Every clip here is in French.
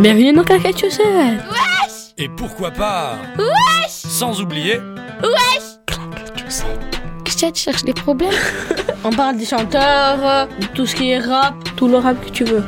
Bienvenue dans Claquettes Chaussettes. Wesh. Et pourquoi pas Wesh. sans oublier Wesh. Claquettes Chaussettes. Qu'est-ce que tu cherches des problèmes? On parle des chanteurs, de tout ce qui est rap, Tout le rap que tu veux.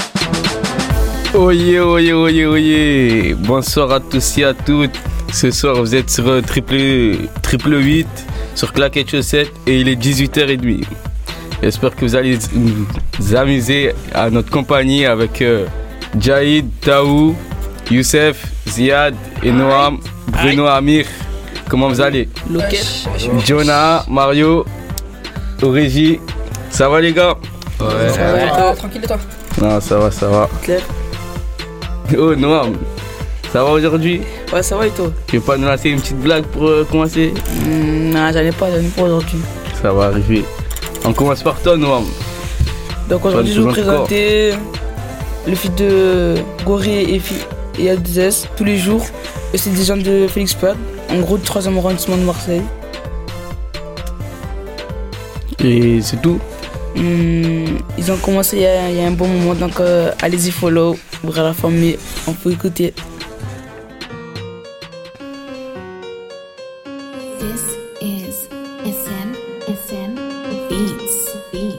Oye, oye, oye, oye. Bonsoir à tous et à toutes. Ce soir, vous êtes sur triple 8 sur Claquettes Chaussettes et il est 18h30. J'espère que vous allez vous amuser à notre compagnie avec Jaïd, Taou, Youssef, Ziad et Noam, Bruno, Amir. Comment vous allez? Jonah, Mario, Régie. Ça va les gars? Ouais. Ça va, tranquille de toi. Non, ça va. Claire. Oh Noam, ça va aujourd'hui? Ouais, ça va et toi? Tu veux pas nous lancer une petite blague pour commencer? Non, j'en ai pas aujourd'hui. Ça va arriver. On commence par toi Noam. Donc aujourd'hui, je vais vous présenter le feat de Gorée et Adzès tous les jours. Et c'est des gens de Félix Pad, en gros, du 3e arrondissement de Marseille. Et c'est tout? Ils ont commencé il y a un bon moment, donc allez-y follow, ouvrez la famille, on peut écouter. This is SM Beats.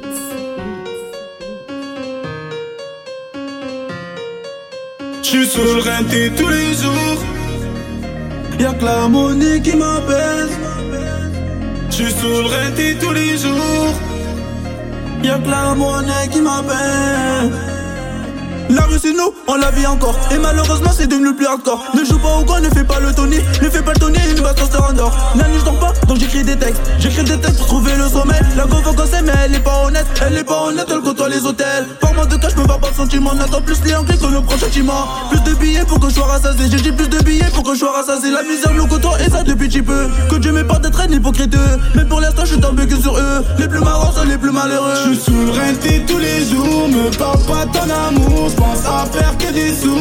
J'suis sur le renté tous les jours. Y'a que la monnaie qui m'apaise. J'suis sur le renté tous les jours. Y'a que la monnaie qui m'appelle. La rue c'est nous, on la vit encore. Et malheureusement c'est devenu le plus hardcore. Ne joue pas au con, ne fais pas le Tony. Ne fais pas le Tony, une baston se rendort. La nuit je dors pas, donc j'écris des textes. J'écris des textes pour trouver le sommet. La go faut mais elle est pas honnête. Elle est pas honnête, elle côtoie les hôtels. Par moi de cash, je me vois pas de sentiment. N'attends plus les anglais que le prochain châtiment. Plus de billets pour que je sois rassasié. J'ai dit plus de billets pour que je sois rassasié. La misère nous côtoie et ça depuis petit peu. Que Dieu m'ait pas d'être un hypocrite. Mais pour l'instant je suis tombé que sur eux. Les plus marrants sont les plus malheureux. Je suis sous le renté tous les jours. Me parle pas de ton amour. J'pense à faire que des sous.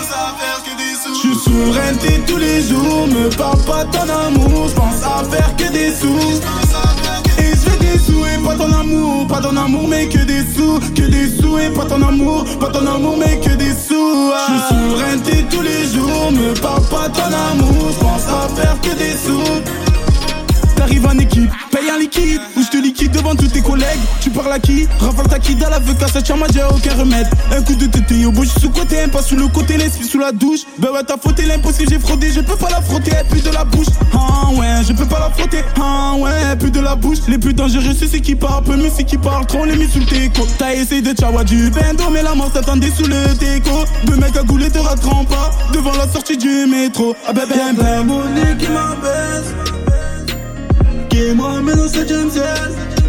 Je suis sous le renté tous les jours. Me parle pas de ton amour. J'pense à faire que des sous. Et je fais des sous et pas ton amour. Pas ton amour mais que des sous. Que des sous et pas ton amour. Pas ton amour mais que des sous. Je suis sous le renté tous les jours. Me parle pas de ton amour. J'pense à faire que des sous. T'arrives en équipe, paye en liquide, ou je te liquide devant tous tes collègues. Tu parles à qui? Rafale ta kid à la veuve, casse ta j'ai aucun remède. Un coup de tête au bout, sous côté, un pas sous le côté, l'esprit sous la douche. Ben ouais, t'as frotté l'impossible, j'ai fraudé, je peux pas la frotter, plus de la bouche. Ah ouais, je peux pas la frotter, ah ouais, plus de la bouche. Les plus dangereux, c'est ceux qui parlent peu, mais ceux qui parlent trop, on les met sous le déco. T'as essayé de tchawa du bendo, mais la mort t'attendait sous le déco. Deux mecs à gouler te rateront pas, devant la sortie du métro. Ah ben ben ben, monnaie qui m'abaisse. Qui m'emmène au 7ème ciel.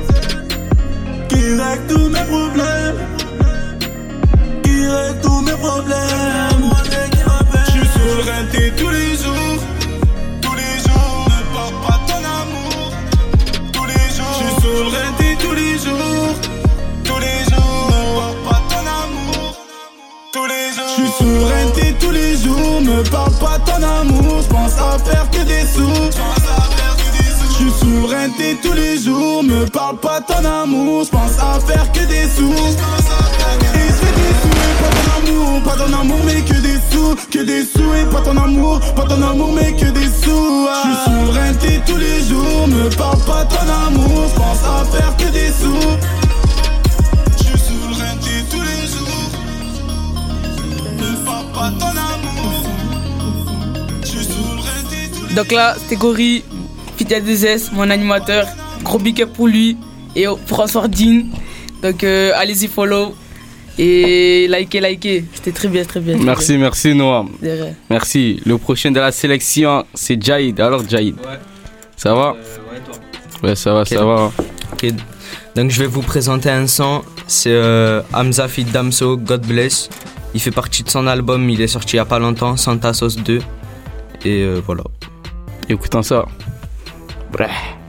Qui règle tous mes problèmes. Qui règle tous mes problèmes. J'suis sur le renté tous les jours. Tous les jours. Ne parle pas de ton amour. Tous les jours. J'suis sur le renté tous les jours. Tous les jours. Ne parle pas de ton amour. Tous les jours. J'suis sur le renté tous les jours. Me parle pas de ton amour. J'pense à faire que des sous. J'suis sous le renté tous les jours. Me parle pas de ton amour. J'pense à faire que des sous. Et j'fais des sous et pas ton amour. Pas ton amour mais que des sous. Que des sous et pas ton amour. Pas ton amour mais que des sous. J'suis sous le renté tous les jours. Me parle pas de ton amour. J'pense à faire que des sous. J'suis sous le renté tous les jours. Me parle pas de ton amour. J'suis sous le renté tous les jours. Donc là, c'était Gorée, Fit Adzès, mon animateur. Gros big up pour lui et François Dean. Donc allez-y follow et likez. C'était très bien. Merci Noam. De rien. Merci. Le prochain de la sélection, c'est Jaïd. Alors Jaïd, Ouais. ça va? Ouais, toi. Ouais, ça va, Ok. ça va. Ok. Donc je vais vous présenter un son. C'est Hamza Fit Damso, God Bless. Il fait partie de son album. Il est sorti il y a pas longtemps, Santa Sauce 2. Et voilà. Écoutons ça. Bref.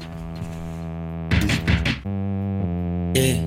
Yeah.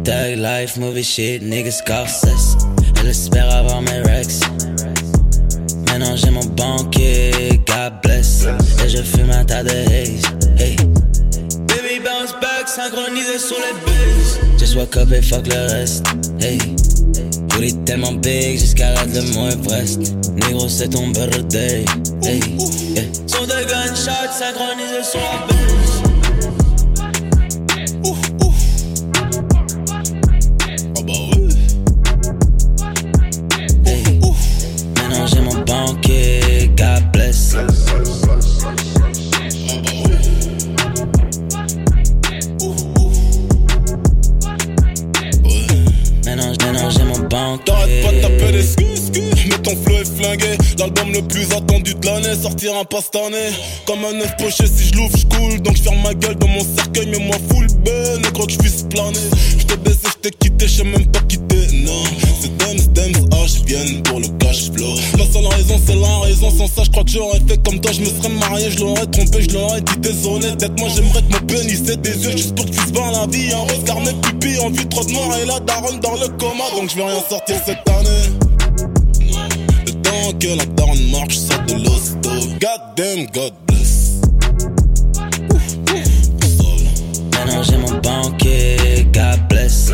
Tag life, movie shit, niggas Scorsese. Elle espère avoir mes Rex. Maintenant j'ai mon banquier, God bless. Et je fume un tas de haze, hey. Baby bounce back, synchronisé sur les bases. Just wake up et fuck le reste, hey. Booty tellement big jusqu'à la de mon Everest. Négro c'est ton birthday, hey, yeah. Son de gunshot synchronisé sur la base. Ah bah ouais. Hey. Maintenant j'ai mon banquier, God bless. Maintenant j'ai mon banquier. T'arrêtes pas de taper des skis, mais ton flow est flingué. L'album le plus attendu de l'année sortira pas cette année. Comme un œuf poché, si je l'ouvre, je coule. Donc je ferme ma gueule dans mon cercueil, mais moi full ben. Et crois que je puisse planer. Je t'ai baissé, je t'ai quitté, je sais même pas quitter. Non, c'est Dems, H viennent pour le cash flow. La seule raison, c'est la raison. Sans ça, je crois que j'aurais fait comme toi. Je me serais marié, je l'aurais trompé, je l'aurais dit désolé. Peut-être moi j'aimerais que mon pénis ait des yeux juste pour que tu puisses voir la vie. Un regard mes pupilles en vue trop de noir et la daronne dans le coma. Donc je vais rien sortir cette année. Le temps que la daronne marche, sort de l'hosto. God damn, God bless. Maintenant j'ai mon banquier, God bless.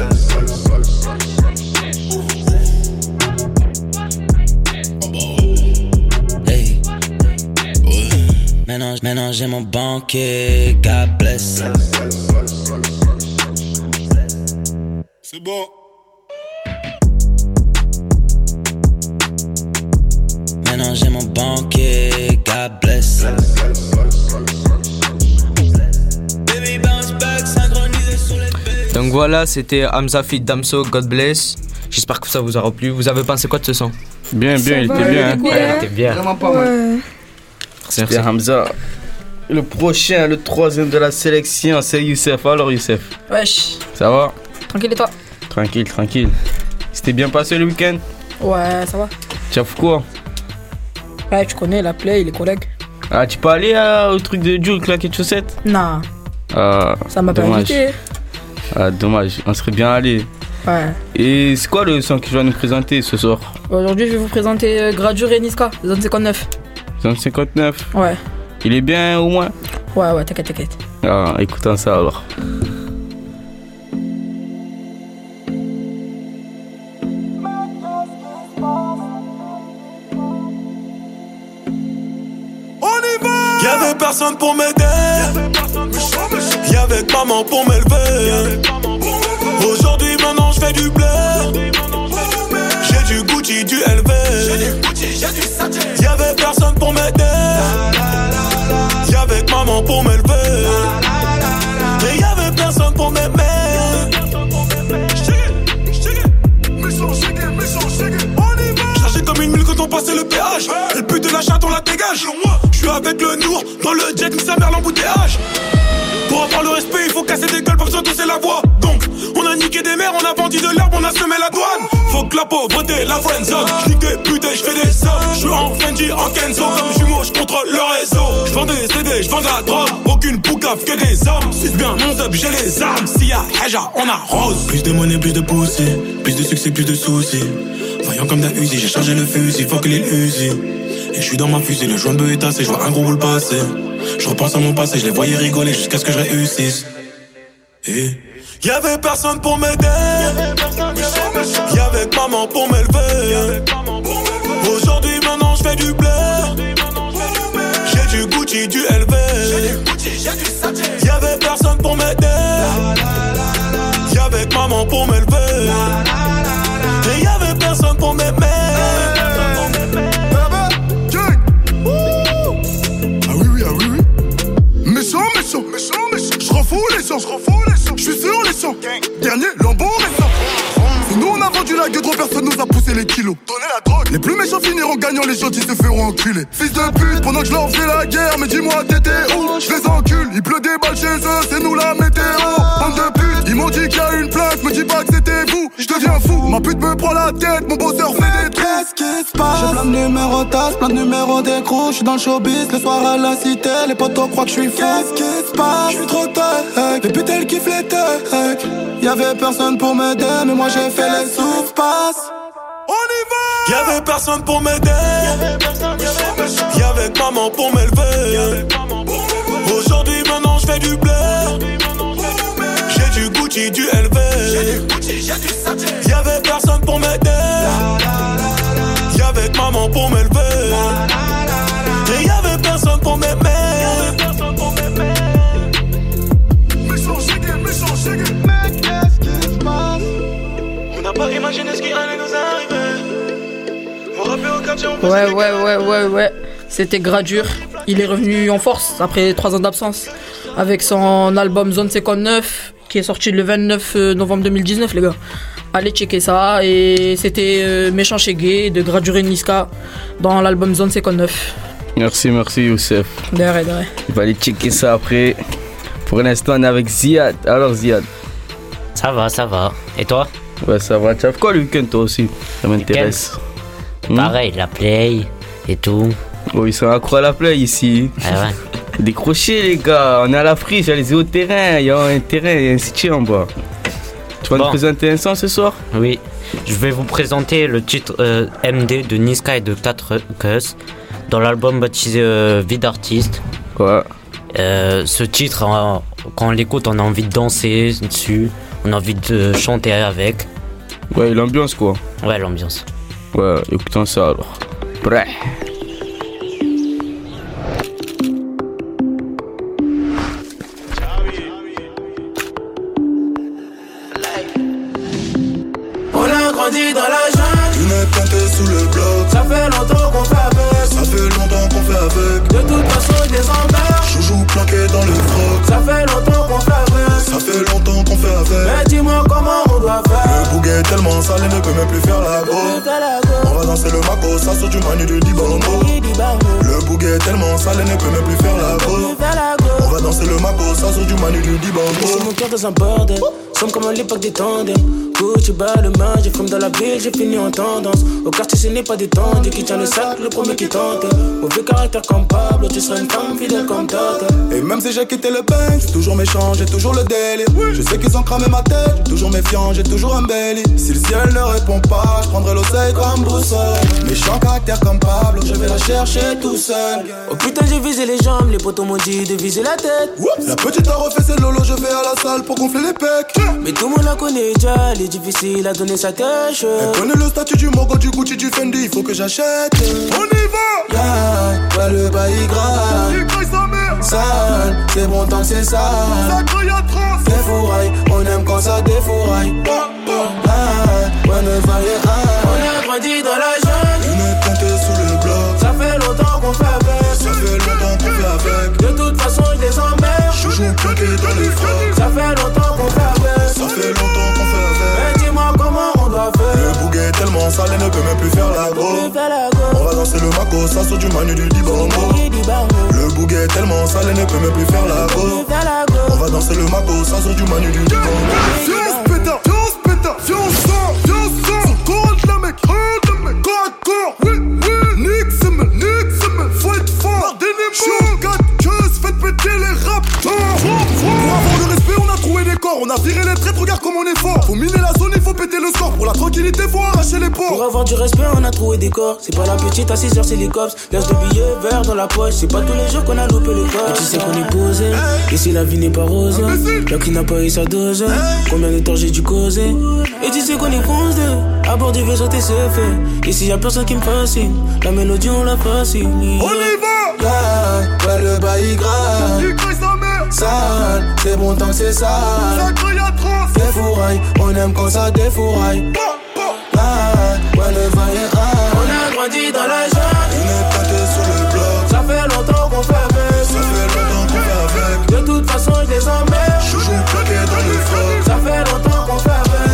Hey. Maintenant j'ai mon banquier, God bless. C'est bon. Maintenant j'ai mon banquier, God bless. Donc voilà, c'était Hamza Fit Damso, God bless. J'espère que ça vous aura plu. Vous avez pensé quoi de ce son? Bien, il était bien. Il était bien. Vraiment pas mal. C'était Hamza. Le prochain, le troisième de la sélection, c'est Youssef. Alors Youssef, Wesh, ça va? tranquille et toi? Tranquille. C'était bien passé le week-end? Ouais, ça va. Tu as fait quoi? Ouais, tu connais la play, les collègues. Ah, tu peux aller au truc de Jules, claquette chaussette? Non, Ah, ça m'a pas dommage. invité. Ah, dommage, on serait bien allé. Ouais. Et c'est quoi le son que tu vas nous présenter ce soir? Aujourd'hui, je vais vous présenter Gradure et Niska, zone 59. Zone 59. Ouais. Il est bien au moins? Ouais, t'inquiète. Ah, écoutons ça alors. Y'avait personne pour m'aider. Y'avait que maman pour m'élever. Aujourd'hui, maintenant, je fais du blé. J'ai du Gucci, du LV. Y'avait personne pour m'aider. Y'avait que maman pour m'élever. Et y'avait personne pour m'aimer. Chargé comme une mule quand on passait le péage. Et le but de la chatte, on la dégage. Je suis avec le Nour, dans le jet, sa mère l'embouteillage. Pour avoir le respect, il faut casser des gueules, pas besoin de tousser la voix. Donc, on a niqué des mères, on a vendu de l'herbe, on a semé la douane. Faut que la pauvreté, la friendzone. J'nique des putes et j'fais des sommes. J'suis en Fendi, en Kenzo. Comme jumeau, j'contrôle le réseau. J'vends des CD, j'vends de la drogue. Aucune poucave que des hommes. Suce bien mon sub, j'ai les armes. S'il y a Haja, on arrose. Plus de monnaie, plus de poussée. Plus de succès, plus de soucis. Voyant comme d'un Uzi, j'ai chargé le fusil, faut que les Uzi. Et je suis dans ma fusée, le joint de bœuf est tassé, je vois un gros boule passer. Je repense à mon passé, je les voyais rigoler jusqu'à ce que je réussisse. Et y'avait personne pour m'aider. Y'avait que maman pour m'élever. Aujourd'hui, maintenant, je fais du blé. J'ai du Gucci, du LV. Y'avait personne pour m'aider. Y'avait que maman pour m'élever. Et y'avait personne pour m'aimer. J'suis sur les sons, dernier lambeau récent. Si nous on a vendu la gueule, trop personne nous a poussé les kilos. Donner la drogue, les plus méchants finiront gagnant, les gentils se feront enculer. Fils de pute, pendant que je leur fais la guerre, mais dis-moi t'étais où? Je les encule, il pleut des balles chez eux, c'est nous la météo. Bande de pute, ils m'ont dit qu'il y a une plainte, me dis pas que c'était vous. Je deviens fou, ma pute me prend la tête, mon bosseur fait des trucs. Qu'est-ce qui se passe? passe. J'ai plein de numéros tasses, plein de numéros d'écrou. J'suis dans le showbiz, le soir à la cité. Les potos croient que j'suis fou. Qu'est-ce qui se passe? J'suis trop tech. Les putes elles kiffent les tech. Y'avait personne pour m'aider, mais moi j'ai fait les sous. Passe. On y va. Y'avait personne pour m'aider. Y'avait que maman pour m'élever. Aujourd'hui maintenant j'fais du blé. J'ai du Gucci, du LV. Y'avait personne pour m'aider. Y'avait que maman pour m'élever. Et y'avait personne pour m'aimer. Méchant chégué. Mec, qu'est-ce qui se passe? On n'a pas imaginé ce qui allait nous arriver. On rappelait au quartier, on Ouais. C'était Gradure. Il est revenu en force après 3 ans d'absence avec son album Zone 59 qui est sorti le 29 novembre 2019, les gars. Allez checker ça. Et c'était Méchant Chégué de Gradure et Niska dans l'album Zone 59. Merci Youssef. De rien. Il va aller checker ça après. Pour l'instant, on est avec Ziad. Alors Ziad. Ça va. Et toi? Ouais, ça va. Tu as fait quoi le week-end toi aussi? Ça m'intéresse. Pareil, la play et tout. Oh, ils sont accro à la play ici. Ah ouais. Décrochés les gars, on est à la friche, allez-y au terrain, il y a un terrain, il y a un city en bas. Tu vas nous présenter un son ce soir? Oui, je vais vous présenter le titre MD de Niska et de 4 Cus dans l'album baptisé Vie d'artiste. Ouais. Ce titre, quand on l'écoute, on a envie de danser dessus, on a envie de chanter avec. Ouais, l'ambiance quoi. Ouais, l'ambiance. Ouais, écoutons ça alors. Prêt. Dans la jungle, une teintée sous le bloc. Ça fait longtemps qu'on fait avec. De toute façon, je les emmerde. Joujou planqué dans le froc. Ça fait longtemps qu'on fait avec. Mais dis-moi comment on doit faire. Le bouguet est tellement sale, il ne peut même plus faire la go. On va danser le maco, ça sort du manu de Dibango. Le bouguet est tellement sale, il ne peut même plus faire la go. On va danser le maco, ça sort du manu de Dibango. C'est mon cœur dans un bordel. Somme comme à l'époque des tandems. Gucci bas le main, j'ai fume dans la ville, j'ai fini en tendance. Au quartier ce n'est pas détendu, qui tient le sac, le premier qui tente. Mauvais caractère comme Pablo, tu seras une femme fidèle comme Tata. Et même si j'ai quitté le bank, j'ai toujours méchant, j'ai toujours le délire. Je sais qu'ils ont cramé ma tête, j'ai toujours méfiant, j'ai toujours un belly. Si le ciel ne répond pas, je prendrai l'oseille comme boussole. Méchant caractère comme Pablo, je vais la chercher tout seul. Oh putain j'ai visé les jambes, les potos m'ont dit de viser la tête. La petite a refait ses lolos, je vais à la salle pour gonfler les pecs. Mais tout le monde la connaît déjà, elle est difficile à donner sa tâche. Elle connaît le statut du Mogo, du Gucci, du Fendi, il faut que j'achète. On y va! Ouais, le bail grave. Sale, c'est bon tant que c'est sale. Défouraille, on aime quand ça défouraille. Ouais, ne vaillez pas. On a grandi dans la jungle. Une teintée sous le bloc. Ça fait longtemps qu'on fait avec. De toute façon, je les emmerde. Joujou planqué dans les frocs. Ça fait longtemps qu'on fait avec. Mais dis-moi comment on doit faire. Le bouguet est tellement sale, il ne peut même plus faire la go. On va danser le maco, ça sort du manu du Dibango. Le bouguet est tellement sale, il ne peut même plus faire la go. On va danser le maco, ça sort du manu du Dibango. Viens on se péta, viens on sort. Corps de la mec, corps à corps. Oui, nique semaine, faut être fort. Show 4 queues, faites péter les raptors. Pour avoir le respect, on a trouvé des corps. On a viré les traîtres, regarde comme on est fort. Faut miner la zone, il faut péter le score. Pour la tranquillité, faut arracher les ports. Pour avoir du respect, on a trouvé des corps. C'est pas la petite à 6h, c'est les cops. Glace de billets verts dans la poche. C'est pas tous les jours qu'on a loupé le corps. Et tu sais qu'on est posé. Et si la vie n'est pas rose, la qui n'a pas eu sa dose. Combien de temps j'ai dû causer. Et tu sais qu'on est bronze deux. À bord du vaisseau, t'es fait. Et s'il y a personne qui me fascine, la mélodie, on la fascine. On y va! Ouais, le bail grave. Sale, c'est bon tant que c'est sale. Défouraille, on aime quand ça défouraille. Ouais, le vaillé. On a grandi dans la jungle. Une teintée sous le bloc. Ça fait longtemps qu'on fait avec. De toute façon, je les emmerde. Joujou planqué dans le froc. Ça fait longtemps qu'on fait avec.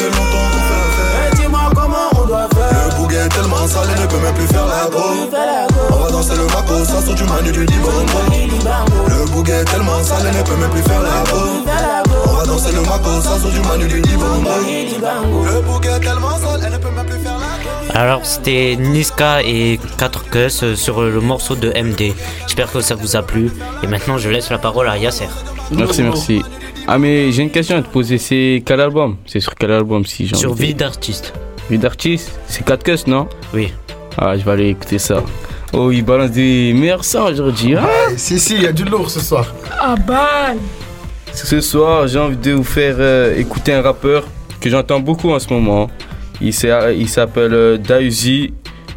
Mais dis-moi comment on doit faire. Le bouguet est tellement sale, il ne peut même plus faire la go. On va danser le maco, ça sort du manu du Dibango. Le bouguet est tellement sale, il ne peut même plus faire la go. On va danser le maco, au sens du Manu du Dibango. Le bouquet tellement sale, elle ne peut même plus faire la. Alors c'était Niska et 4 Cus sur le morceau de MD. J'espère que ça vous a plu. Et maintenant je laisse la parole à Yasser. Merci. Ah mais j'ai une question à te poser, c'est quel album? C'est sur quel album si j'ai Sur Vie d'artiste. Vie d'artiste? C'est 4 Cus, non? Oui. Ah, je vais aller écouter ça. Oh, il balance des meilleurs sons aujourd'hui. Hein? Si, il y a du lourd ce soir. Ah bah. Ce soir, j'ai envie de vous faire écouter un rappeur que j'entends beaucoup en ce moment. Il s'appelle Dausi.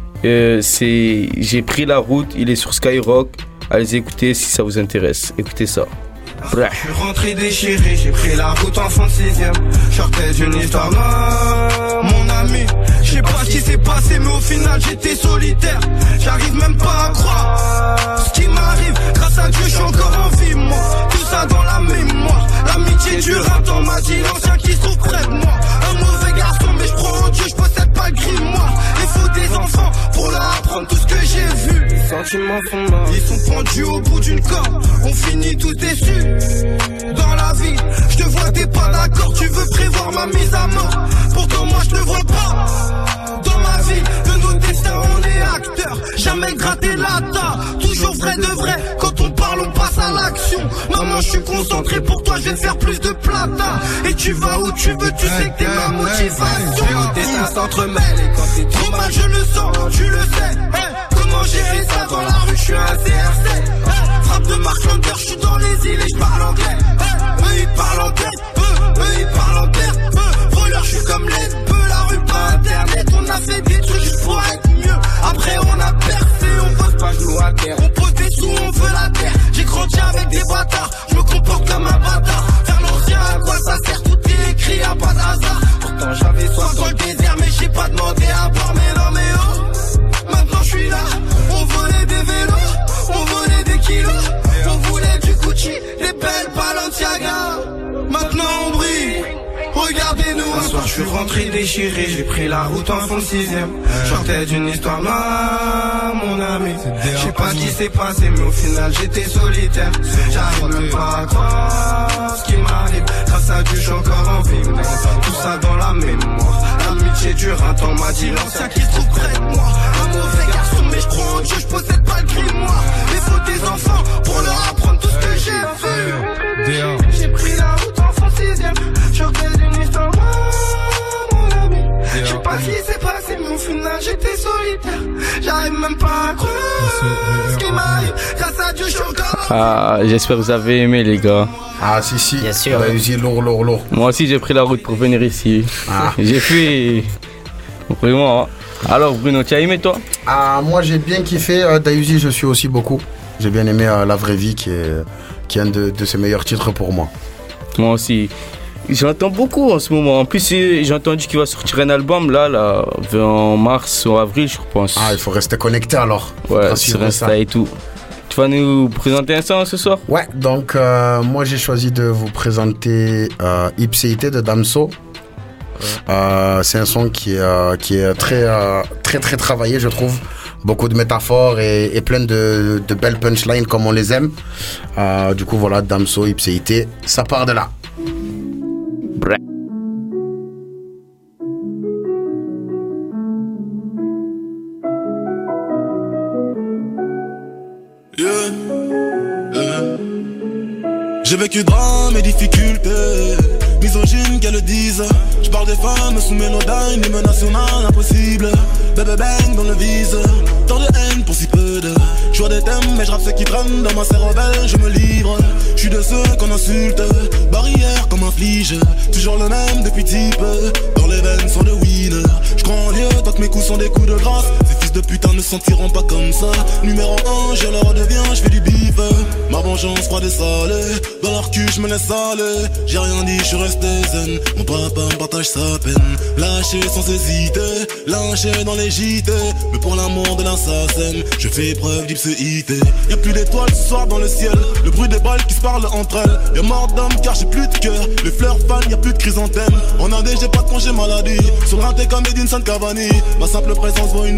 J'ai pris la route, il est sur Skyrock. Allez écouter si ça vous intéresse. Écoutez ça. Je suis rentré déchiré, j'ai pris la route en fin de 6ème. Sortais d'une histoire noire, mon ami. Je sais pas ce qui s'est passé, mais au final j'étais solitaire. J'arrive même pas à croire ce qui m'arrive. Grâce à Dieu, je suis encore en vie, moi. Tout ça dans la mémoire. L'amitié dure un temps, m'a dit l'ancien qui se trouve près de moi. Un mauvais garçon, mais je crois en Dieu, je possède pas le grimoire. Il faut des enfants pour leur apprendre tout ce que j'ai vu. Les sentiments font mal, ils sont pendus au bout d'une corde. On finit tous déçus. Dans la vie, je te vois, t'es pas d'accord. Tu veux prévoir ma mise à mort. Pourtant moi je ne vois pas. Dans ma vie, de nos destins on est acteurs. Jamais gratté la ta. Toujours vrai de vrai. Quand on parle on passe à l'action. Maman je suis concentré pour toi. Je vais faire plus de plata. Et tu vas où tu veux. Tu sais que t'es ma motivation. Nos destins s'entremêlent. Et quand c'est trop mal je le sens. Tu le sais. Comment j'ai fait ça dans la rue. Je suis un CRC. Frappe de Mark Lander. Je suis dans les îles et je parle anglais. Eux ils parlent en perte. Eux ils parlent en perte. Voleur je suis comme les peu. La rue pas internet. On a fait des trucs juste pour être mieux. Après on a percé. On passe pas genoux à terre. On pose des sous on veut la terre. J'ai grandi avec des bâtards. Je me comporte comme un bâtard. Faire l'ancien à quoi ça sert. Tout est écrit y'a pas d'hasard. Pourtant j'avais soif dans le désert. Mais j'ai pas demandé à boire. Mais non mais oh. Maintenant je suis là. On volait des vélos. On volait des kilos. On voulait du Gucci. Les belles Balenciaga. Maintenant on brille. Regardez-nous. Un soir je suis rentré déchiré. J'ai pris la route en fond de 6ème. Sortais d'une histoire noire, mon ami. Je sais pas ce qui s'est passé, mais au final j'étais solitaire. J'arrive même pas à croire ce qui m'arrive. Grâce à Dieu je suis encore en vie. Tout ça dans la mémoire. L'amitié dure un temps, m'a dit l'ancien qui se trouve près de moi. Un mauvais garçon, mais je crois en Dieu, je possède pas le grimoire. Il faut des enfants pour leur apprendre tout ce que j'ai vu. J'ai pris la route en fond 6ème. Sortais d'une histoire, mon ami. Je sais pas ce qui s'est passé, mais au final j'étais solitaire. J'arrive même pas à croire ce qui m'arrive. Grâce à Dieu, je suis encore. Ah, j'espère que vous avez aimé les gars. Ah si. Bien sûr. Lourd. Moi aussi j'ai pris la route pour venir ici. J'ai fait. Vraiment. Alors Bruno, tu as aimé toi? Ah moi j'ai bien kiffé. Dausi je suis aussi beaucoup. J'ai bien aimé La Vraie Vie qui est un de ses meilleurs titres pour moi. Moi aussi. J'entends beaucoup en ce moment. En plus j'ai entendu qu'il va sortir un album là en mars ou avril je pense. Ah il faut rester connecté alors. Ouais sur Insta et tout. Tu vas nous présenter un son ce soir? Ouais, donc moi j'ai choisi de vous présenter Ipséité de Damso. C'est un son qui est très travaillé je trouve. Beaucoup de métaphores et plein de belles punchlines comme on les aime. Du coup voilà, Damso, Ipséité, ça part de là. J'ai vécu drame et difficultés, misogyne qu'elles le disent. Je parle des femmes sous mélodyne, l'hymne national impossible. Bébé bang dans le vise, tant de haine pour si peu de. Je vois des thèmes mais je rappe ceux qui traînent dans ma cervelle, je me livre. Je suis de ceux qu'on insulte, barrière comme un flige. Toujours le même depuis type, dans les veines sont de winner. Je crois en Dieu tant que mes coups sont des coups de grâce. Ces fils de putain ne sentiront pas comme ça. Numéro 1, je leur redeviens, je fais du bif. Ma vengeance froide et salée, dans leur cul je me laisse aller. J'ai rien dit, je suis resté zen. Mon papa me partage sa peine. Lâché sans hésiter, lynché dans les JT. Mais pour l'amour de l'assassin, je fais preuve d'ipséité. Y'a plus d'étoiles ce soir dans le ciel. Le bruit des balles qui se parlent entre elles. Y'a mort d'homme car j'ai plus de cœur. Les fleurs fanent, y'a plus de chrysanthème. En AD j'ai pas de congé maladie. Sur le rinté comme Edinson Cavani. Ma simple présence vaut une autre marque.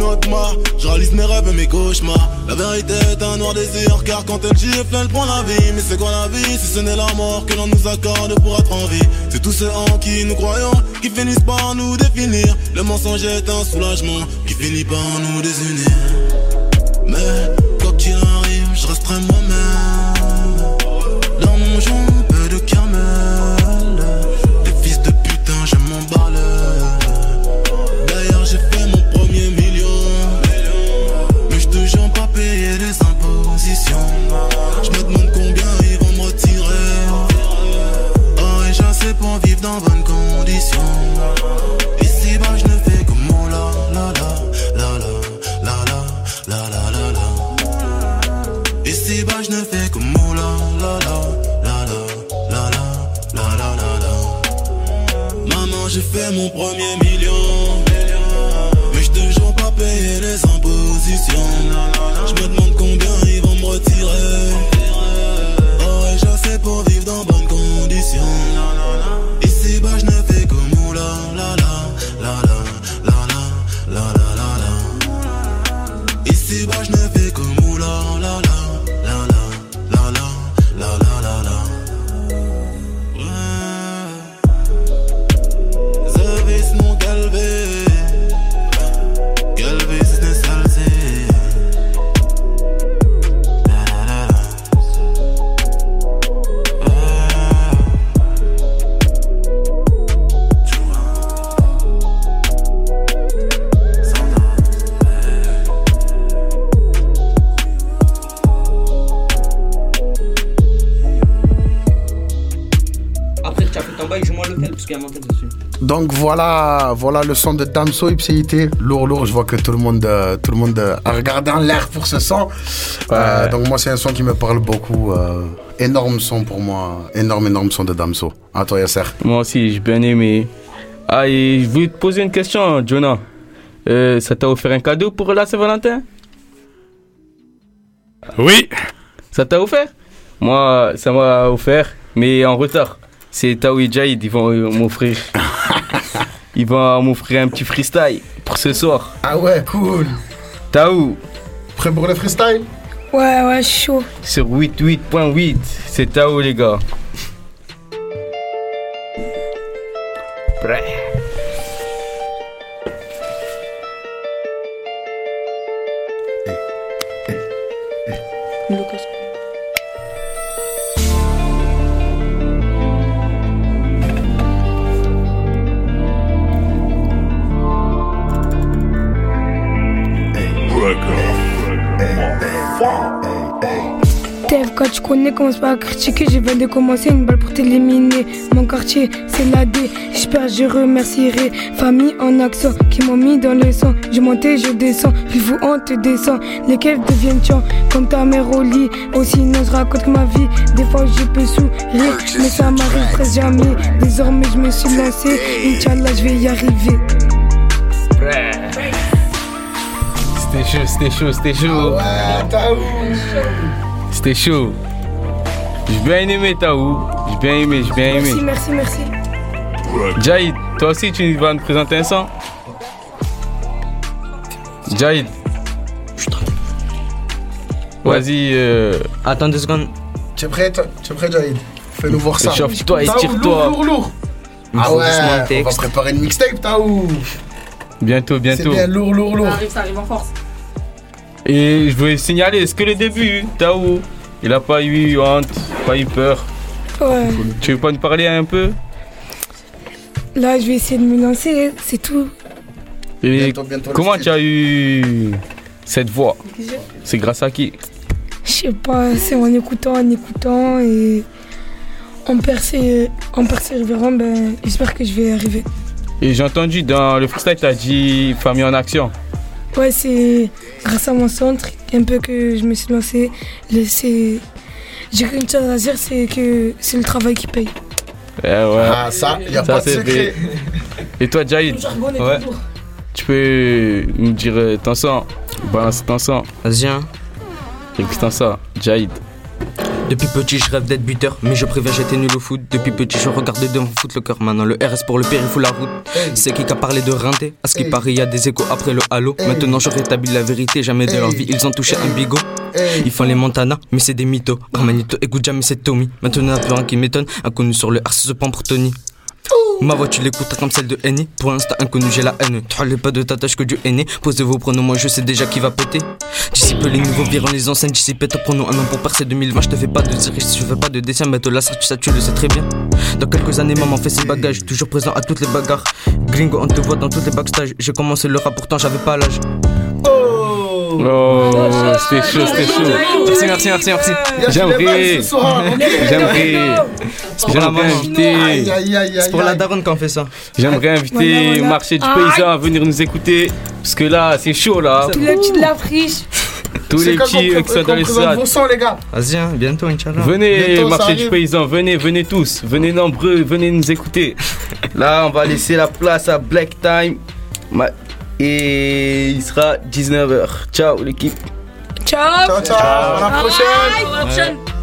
soir, je réalise mes rêves et mes cauchemars. La vérité est un noir désir, car quand elle gifle, elle prend la vie. Mais c'est quoi la vie si ce n'est la mort que l'on nous accorde pour être en vie? C'est tous ceux en qui nous croyons qui finissent par nous définir. Le mensonge est un soulagement qui finit par nous désunir. Mais quoi qu'il arrive, je resterai moi-même. Dans mon joint, peu de caramel. Des fils de putain, je m'emballe. D'ailleurs, j'ai fait mon premier million. Mais je toujours pas payé les impositions. Je me demande combien ils vont me retirer. Oh, et j'essaie pour vivre dans bonnes conditions. Ici, bah, je ne fais que mon la la la la la la la la la la. Ici, bah, je ne fais que mon la la la la la la la la la la. Maman, j'ai fait mon premier million. Mais je toujours pas payé les impositions. Je me demande combien ils vont me retirer. Oh, et j'essaie pour vivre dans bonnes conditions. Ici, bah, je ne fais que mon la la la la la la la la la la. Ici, bah, je ne fais que mon la la la la la la la la la la. Zervis mon galvé. Galvis ne salsé. La la la la. Après, tu as fait ton bail, joue-moi lequel, parce qu'il y a mon tête dessus. Donc voilà le son de Damso Ipséité. Lourd, je vois que tout le monde a regardé en l'air pour ce son. Donc moi c'est un son qui me parle beaucoup. Énorme son pour moi, énorme son de Damso. À toi Yasser. Moi aussi, j'ai bien aimé. Ah, et je voulais te poser une question, Jonah. Ça t'a offert un cadeau pour la Saint-Valentin? Oui. Ça t'a offert? Moi, ça m'a offert, mais en retard. C'est Taou et Jaïd, ils vont m'offrir. Ils vont m'offrir un petit freestyle pour ce soir. Ah ouais, cool. Taou. Prêt pour le freestyle? Ouais, chaud. Sur 88.8, c'est Taou les gars. Prêt. Lucas. Tev, quand tu connais, commence pas à critiquer. Je viens de commencer une balle pour t'éliminer. Mon quartier, c'est l'AD. J'espère, je remercierai. Famille en action qui m'ont mis dans le sang. Je monte, je descends. Puis vous, on te descend. Les keufs deviennent chiants comme ta mère au lit. Aussi, non, je raconte ma vie. Des fois, je peux sourire, mais ça m'arrive presque jamais. Désormais, je me suis lancé. Inch'Allah, je vais y arriver. C'était chaud. Ah ouais, Taou. C'était chaud. J'ai bien aimé Taou. J'ai bien aimé. Merci. Jaïd, toi aussi tu vas nous présenter un son? Jaïd. Vas-y. Attends 2 secondes. Tu es prêt Jaïd? Fais-nous voir ça. Échauffe-toi, étire-toi. Lourd. Ah ouais, on va préparer une mixtape, Taou. Bientôt. C'est bien lourd. Ça arrive en force. Et je voulais signaler, est-ce que le début, Taou, il a pas eu honte, pas eu peur? Ouais. Tu veux pas nous parler un peu? Là, je vais essayer de me lancer, c'est tout. Et bientôt comment tu as eu cette voix? C'est grâce à qui? Je sais pas, c'est en écoutant et en persévérant, j'espère que je vais y arriver. Et j'ai entendu dans le freestyle, tu as dit famille en action. Ouais, c'est grâce à mon centre, un peu que je me suis lancé. J'ai qu'une chose à dire, c'est que c'est le travail qui paye. Ouais. Ah, ça, il n'y a pas de secret. Et toi, Jaïd? Ouais. Tu peux nous dire ton son? Balance ton son. Vas-y, hein. Écoute ton son, Jaïd. Depuis petit je rêve d'être buteur, mais je préviens j'étais nul au foot. Depuis petit je regardais devant foot le cœur. Maintenant le RS pour le père il faut la route. C'est qui a parlé de rinté. À ce qui paraît y a des échos après le halo. Maintenant je rétablis la vérité, jamais de leur vie ils ont touché un bigot. Ils font les Montana, mais c'est des mythos. Armanito, écoute jamais c'est Tommy. Maintenant y'a plus rien qui m'étonne. Inconnu sur le RS se prend pour Tony. Ma voix tu l'écoutes comme celle de Henny. Pour l'instant inconnu j'ai la haine. Tu râles pas de ta tâche que Dieu est né. Posez vos pronoms, moi je sais déjà qui va péter. Dissipe les nouveaux virons les anciennes. Dissipe ta pronom un an pour percer 2020. Je te fais pas de dirige, je fais pas de dessin. Mais toi là ça tu le sais très bien. Dans quelques années maman fait ses bagages. Toujours présent à toutes les bagarres. Gringo on te voit dans toutes les backstages. J'ai commencé le rap pourtant j'avais pas l'âge. Oh, c'était chaud. Merci. J'aimerais inviter. C'est pour la daronne qu'on fait ça. J'aimerais inviter Marché du Paysan à venir nous écouter. Parce que là, c'est chaud là. Tous les petits de la friche. Tous les petits qui sont dans les stades. les gars. Vas-y, bientôt, Inch'Allah. Venez, Bientôt, Marché ça du arrive. Paysan, venez tous. Venez nombreux, venez nous écouter. Là, on va laisser la place à Black Time. Et il sera 19h. Ciao l'équipe. Ciao. Ciao. À la prochaine. À la prochaine.